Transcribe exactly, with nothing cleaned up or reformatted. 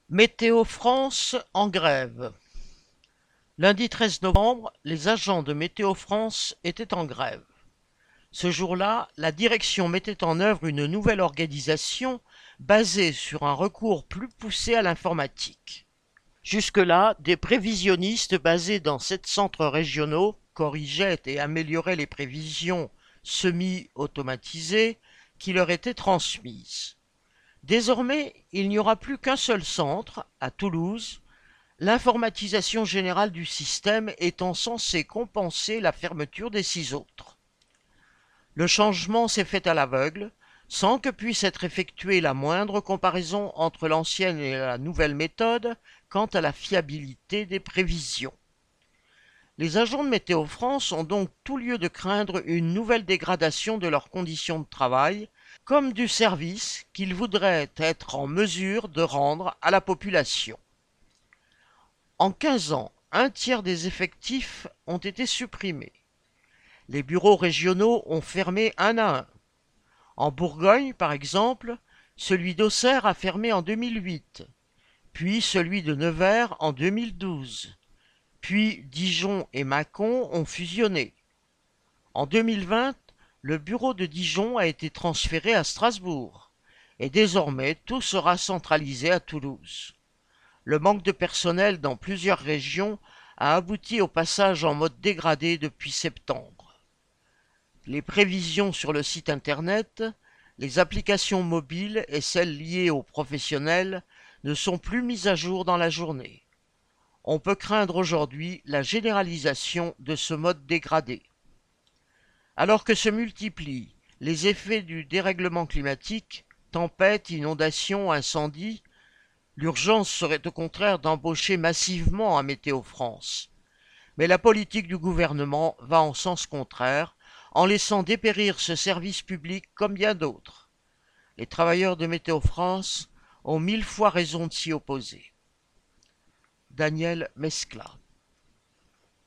Météo France en grève. Lundi treize novembre, les agents de Météo France étaient en grève. Ce jour-là, la direction mettait en œuvre une nouvelle organisation basée sur un recours plus poussé à l'informatique. Jusque-là, des prévisionnistes basés dans sept centres régionaux corrigeaient et amélioraient les prévisions semi-automatisées qui leur étaient transmises. Désormais, il n'y aura plus qu'un seul centre, à Toulouse, l'informatisation générale du système étant censée compenser la fermeture des six autres. Le changement s'est fait à l'aveugle, sans que puisse être effectuée la moindre comparaison entre l'ancienne et la nouvelle méthode quant à la fiabilité des prévisions. Les agents de Météo France ont donc tout lieu de craindre une nouvelle dégradation de leurs conditions de travail, comme du service qu'ils voudraient être en mesure de rendre à la population. En quinze ans, un tiers des effectifs ont été supprimés. Les bureaux régionaux ont fermé un à un. En Bourgogne, par exemple, celui d'Auxerre a fermé en deux mille huit, puis celui de Nevers en deux mille douze. Puis Dijon et Mâcon ont fusionné. En deux mille vingt, le bureau de Dijon a été transféré à Strasbourg. Et désormais, tout sera centralisé à Toulouse. Le manque de personnel dans plusieurs régions a abouti au passage en mode dégradé depuis septembre. Les prévisions sur le site internet, les applications mobiles et celles liées aux professionnels ne sont plus mises à jour dans la journée. On peut craindre aujourd'hui la généralisation de ce mode dégradé. Alors que se multiplient les effets du dérèglement climatique, tempêtes, inondations, incendies, l'urgence serait au contraire d'embaucher massivement à Météo France. Mais la politique du gouvernement va en sens contraire, en laissant dépérir ce service public comme bien d'autres. Les travailleurs de Météo France ont mille fois raison de s'y opposer. Daniel Mescla.